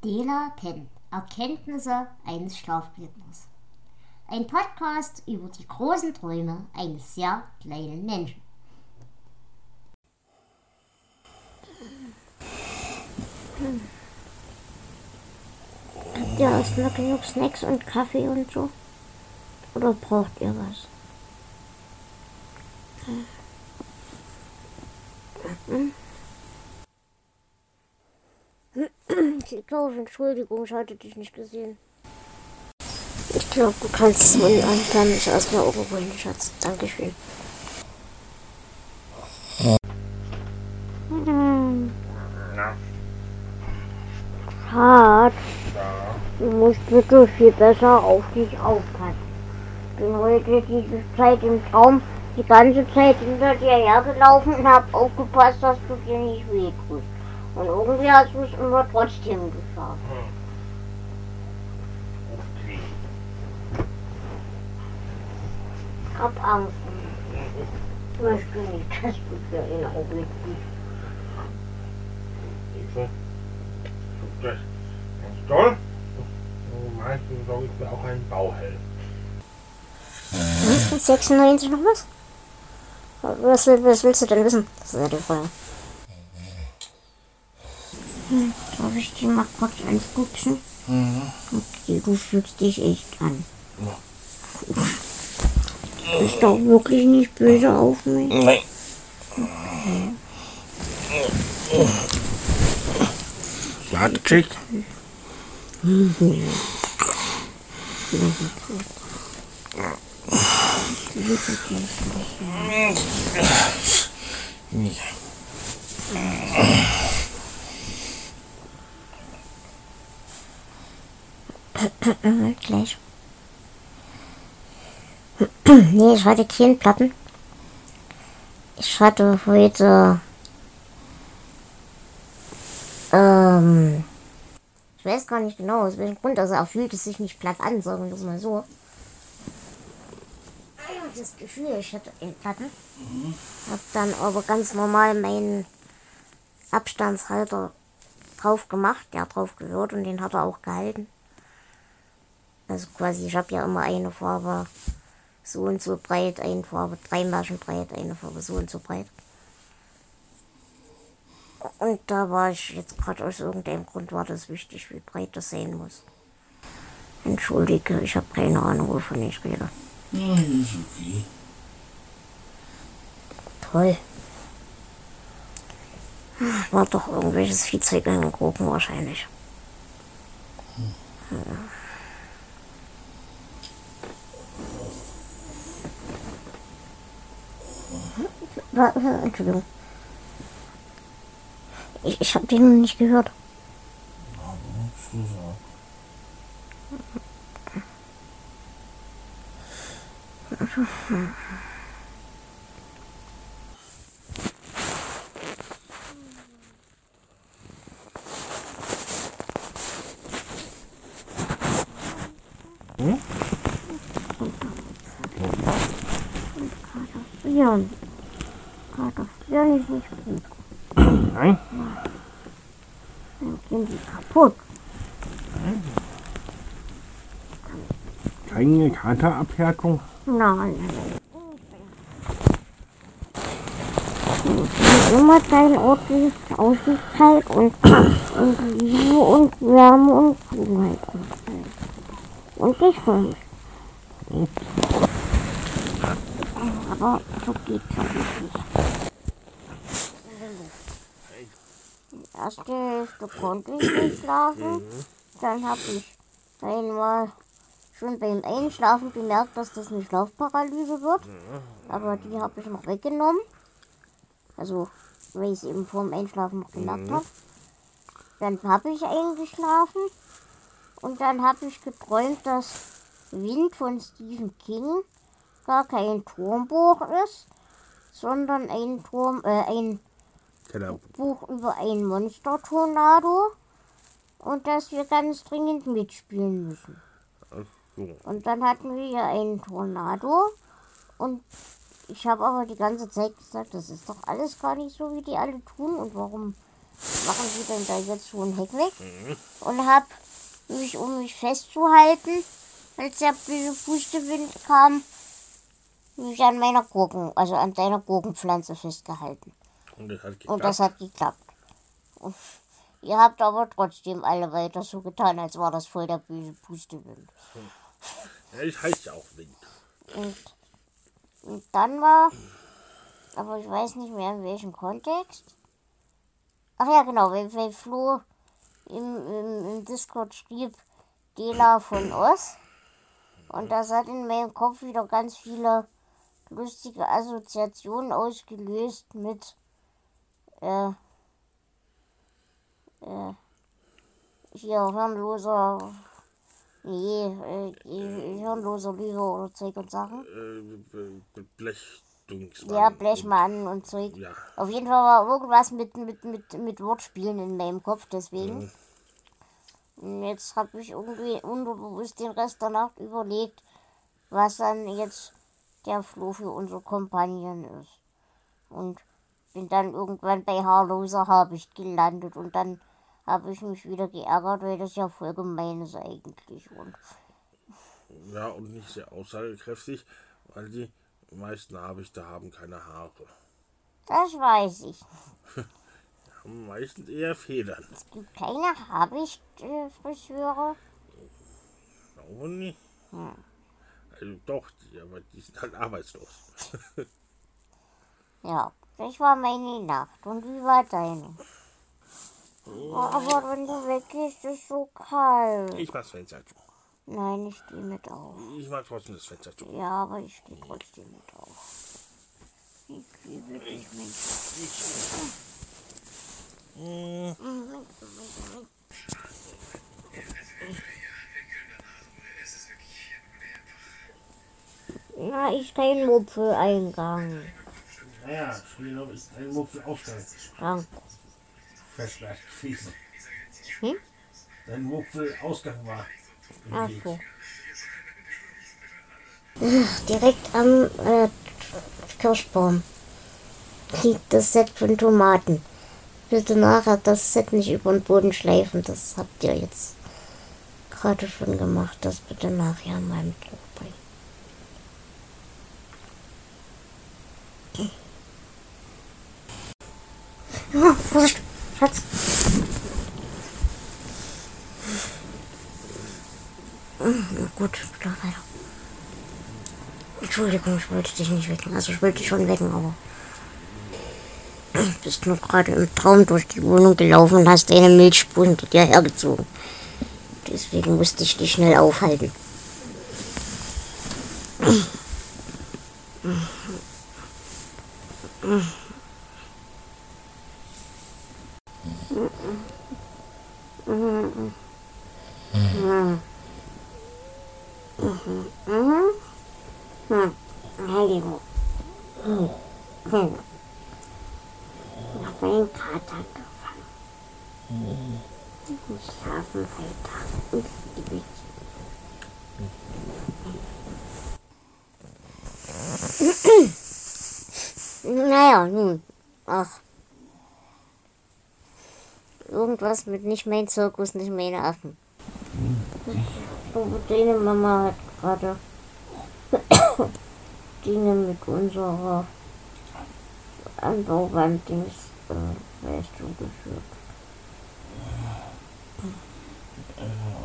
Dela Penn, Erkenntnisse eines Schlafpflegers. Ein Podcast über die großen Träume eines sehr kleinen Menschen. Habt ihr erstmal genug Snacks und Kaffee und so? Oder braucht ihr was? Ich glaube, Entschuldigung, ich hatte dich nicht gesehen. Ich glaube, du kannst es mal anplanen, mich erstmal irgendwo hin, Schatz. Dankeschön. Schatz, du musst bitte viel besser auf dich aufpassen. Ich bin heute diese Zeit im Traum die ganze Zeit hinter dir hergelaufen und hab aufgepasst, dass du dir nicht wehtust. Und irgendwie hast du es immer trotzdem geschafft. Okay. Ich hab Angst. Ich möchte nicht, dass du dir in Augen ziehst. Hilfe. Tut das ganz toll. Und meistens sorge ich mir auch einen Bauhelm. 96 noch was? Was willst du denn wissen? Das ist ja die Frage. Darf ich dir mal kurz angucken? Okay, du fühlst dich echt an. Ja. Du bist doch wirklich nicht böse auf mich. Nein. Warte, Chick. Gleich. Nee, ich hatte keinen Platten. Ich hatte heute ich weiß gar nicht genau, aus welchem Grund, also er fühlt es sich nicht platt an, sagen wir es mal so. Ich habe das Gefühl, ich hätte einen Platten. Hab dann aber ganz normal meinen Abstandshalter drauf gemacht, der drauf gehört, und den hat er auch gehalten. Also quasi, ich habe ja immer eine Farbe so und so breit, eine Farbe 3 Maschen breit, eine Farbe so und so breit. Und da war ich jetzt gerade aus irgendeinem Grund, war das wichtig, wie breit das sein muss. Entschuldige, ich habe keine Ahnung, wovon ich rede. Nein, ist okay. Toll. War doch irgendwelches Viehzeug in den Gurken wahrscheinlich. Entschuldigung. Ich habe den nicht gehört. Kartoffeln ist nicht gut. Nein? Dann gehen die kaputt. Keine Katerabhärtung? Nein. Immer dein ordentliches Aussichtszeit und Liebe und Wärme und Kühlheit. Und ich vermisst. Aber so geht's ja nicht. Die erste Hälfte konnte ich nicht schlafen. Dann habe ich einmal schon beim Einschlafen gemerkt, dass das eine Schlafparalyse wird. Aber die habe ich noch weggenommen. Also, weil ich es eben vor dem Einschlafen noch gemerkt habe. Dann habe ich eingeschlafen. Und dann habe ich geträumt, dass Wind von Stephen King gar kein Turmbuch ist, sondern ein Buch über einen Monster-Tornado und dass wir ganz dringend mitspielen müssen. Und dann hatten wir ja einen Tornado und ich habe aber die ganze Zeit gesagt, das ist doch alles gar nicht so, wie die alle tun, und warum machen sie denn da jetzt so ein Heck weg und habe mich, um mich festzuhalten, als der böse Pustewind kam, mich an meiner also an seiner Gurkenpflanze festgehalten. Und das hat geklappt. Und das hat geklappt. Und ihr habt aber trotzdem alle weiter so getan, als war das voll der böse Pustewind. Ja, das heißt ja auch Wind. Und dann war, aber ich weiß nicht mehr in welchem Kontext. Ach ja, genau, weil Flo im Discord schrieb, Dela von Oz. Und das hat in meinem Kopf wieder ganz viele lustige Assoziationen ausgelöst mit hier hirnloser Lüge oder Zeug und Sachen. Blechdungsmann. Ja, Blechmann und Zeug. Ja. Auf jeden Fall war irgendwas mit Wortspielen in meinem Kopf, deswegen. Und jetzt habe ich irgendwie unterbewusst den Rest der Nacht überlegt, was dann jetzt der Flo für unsere Kompagnen ist. Und bin dann irgendwann bei Haarloser Habicht gelandet und dann habe ich mich wieder geärgert, weil das ja voll gemein ist eigentlich. Und ja, und nicht sehr aussagekräftig, weil die meisten Habichte haben keine Haare. das weiß ich. Haben meistens eher Federn. Es gibt keine Habicht-Friseure. Glaube nicht. Also doch, aber die sind halt arbeitslos. Ja, das war meine Nacht. Und wie war deine? Oh, aber wenn du weggehst, ist es so kalt. Ich mach's Fenster zu. Nein, ich stehe mit auf. Ich mach trotzdem das Fenster zu. Ja, aber ich stehe trotzdem mit auf. Ich liebe dich, Mensch. Na, ich kein Mupfeleingang. Naja, Spielhof ist ein Mupfelausgang. Schrank. Festwerk gewesen. Hm? Sein Mupfelausgang war. Ach so. Direkt am Kirschbaum liegt das Set von Tomaten. Bitte nachher das Set nicht über den Boden schleifen, das habt ihr jetzt gerade schon gemacht. Das bitte nachher mal mit hochbringen. Ja, Vorsicht, Schatz. Na gut, da weiter. Entschuldigung, ich wollte dich nicht wecken. Also ich wollte dich schon wecken, aber du bist nur gerade im Traum durch die Wohnung gelaufen und hast deine Milchspur hinter dir hergezogen. Deswegen musste ich dich schnell aufhalten. Hallo. Ich habe einen Kater gefangen. Ich schlafe weiter. Naja, nun. Ach. Irgendwas mit nicht mein Zirkus, nicht meine Affen. Deine Mama hat gerade Dinge mit unserer Anbauwand-Dings Leistung geführt.